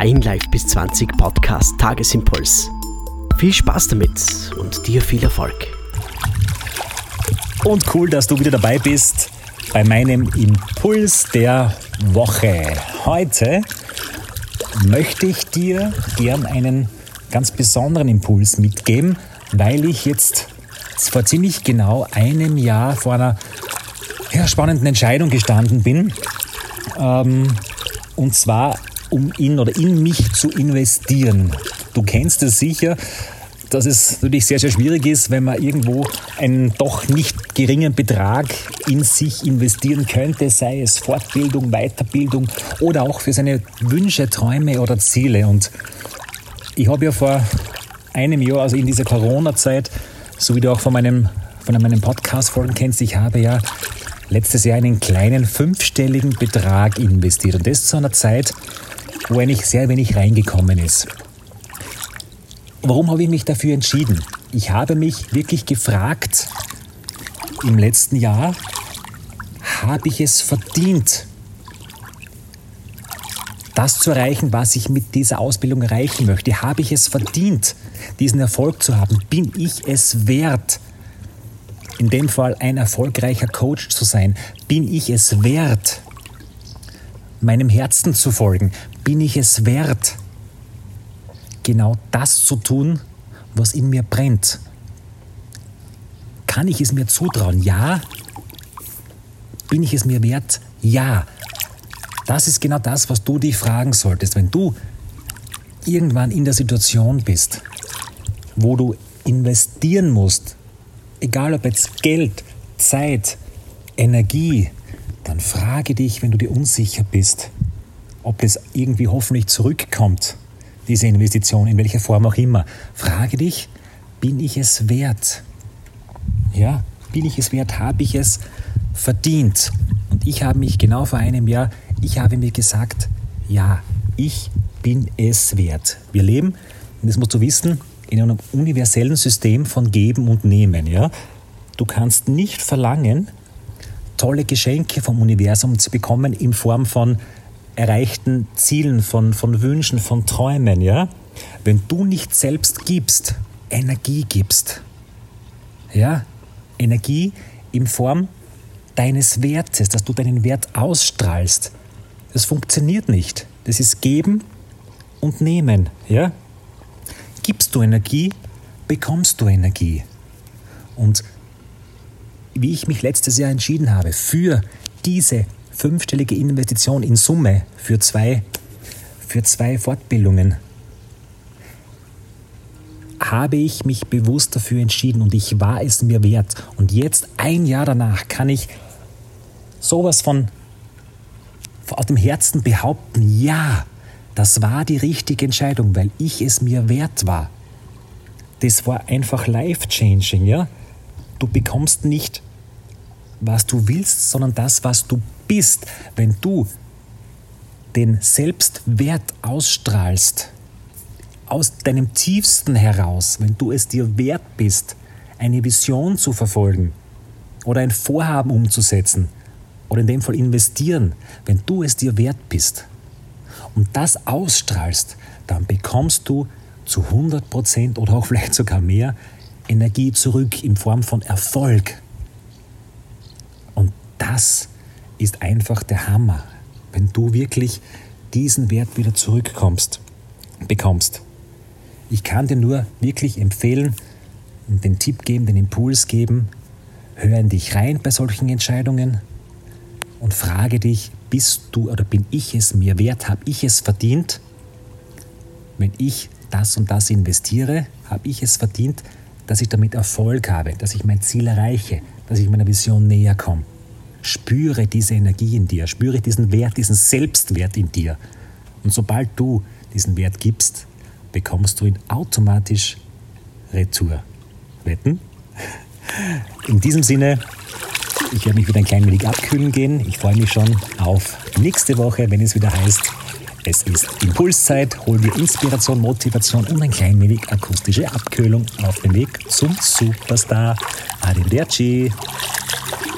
dein Live bis 20 Podcast Tagesimpuls. Viel Spaß damit und dir viel Erfolg. Und cool, dass du wieder dabei bist bei meinem Impuls der Woche. Heute möchte ich dir gern einen ganz besonderen Impuls mitgeben, weil ich jetzt vor ziemlich genau einem Jahr vor einer spannenden Entscheidung gestanden bin. Und zwar, um in mich zu investieren. Du kennst es sicher, dass es natürlich sehr, sehr schwierig ist, wenn man irgendwo einen doch nicht geringen Betrag in sich investieren könnte, sei es Fortbildung, Weiterbildung oder auch für seine Wünsche, Träume oder Ziele. Und ich habe ja vor einem Jahr, also in dieser Corona-Zeit, so wie du auch von meinem Podcast-Folgen kennst, ich habe ja letztes Jahr einen kleinen 5-stelligen Betrag investiert. Und das zu einer Zeit, wo eigentlich sehr wenig reingekommen ist. Warum habe ich mich dafür entschieden? Ich habe mich wirklich gefragt, im letzten Jahr, habe ich es verdient, das zu erreichen, was ich mit dieser Ausbildung erreichen möchte? Habe ich es verdient, diesen Erfolg zu haben? Bin ich es wert, in dem Fall ein erfolgreicher Coach zu sein? Bin ich es wert, meinem Herzen zu folgen? Bin ich es wert, genau das zu tun, was in mir brennt? Kann ich es mir zutrauen? Ja. Bin ich es mir wert? Ja. Das ist genau das, was du dich fragen solltest. Wenn du irgendwann in der Situation bist, wo du investieren musst, egal ob jetzt Geld, Zeit, Energie, dann frage dich, wenn du dir unsicher bist, ob das irgendwie hoffentlich zurückkommt, diese Investition, in welcher Form auch immer. Frage dich, bin ich es wert? Ja, bin ich es wert? Habe ich es verdient? Und ich habe mich genau vor einem Jahr, ich habe mir gesagt, ja, ich bin es wert. Wir leben, und das musst du wissen, in einem universellen System von Geben und Nehmen. Ja? Du kannst nicht verlangen, tolle Geschenke vom Universum zu bekommen in Form von erreichten Zielen, von Wünschen, von Träumen. Ja? Wenn du nicht selbst gibst, Energie gibst, ja? Energie in Form deines Wertes, dass du deinen Wert ausstrahlst, das funktioniert nicht. Das ist Geben und Nehmen. Ja? Gibst du Energie, bekommst du Energie. Und wie ich mich letztes Jahr entschieden habe, für diese 5-stellige Investition in Summe für zwei Fortbildungen, habe ich mich bewusst dafür entschieden und ich war es mir wert. Und jetzt, ein Jahr danach, kann ich sowas von aus dem Herzen behaupten, ja, das war die richtige Entscheidung, weil ich es mir wert war. Das war einfach life-changing, ja. Du bekommst nicht, was du willst, sondern das, was du bist. Wenn du den Selbstwert ausstrahlst, aus deinem Tiefsten heraus, wenn du es dir wert bist, eine Vision zu verfolgen oder ein Vorhaben umzusetzen oder in dem Fall investieren, wenn du es dir wert bist und das ausstrahlst, dann bekommst du zu 100% oder auch vielleicht sogar mehr Energie zurück in Form von Erfolg. Und das ist einfach der Hammer, wenn du wirklich diesen Wert wieder bekommst. Ich kann dir nur wirklich empfehlen und den Tipp geben, den Impuls geben, hör in dich rein bei solchen Entscheidungen und frage dich, bist du oder bin ich es mir wert, habe ich es verdient? Wenn ich das und das investiere, habe ich es verdient, dass ich damit Erfolg habe, dass ich mein Ziel erreiche, dass ich meiner Vision näher komme. Spüre diese Energie in dir, spüre diesen Wert, diesen Selbstwert in dir. Und sobald du diesen Wert gibst, bekommst du ihn automatisch retour. Wetten? In diesem Sinne, ich werde mich wieder ein klein wenig abkühlen gehen. Ich freue mich schon auf nächste Woche, wenn es wieder heißt, es ist Impulszeit. Hol dir Inspiration, Motivation und ein klein wenig akustische Abkühlung auf dem Weg zum Superstar. Arrivederci.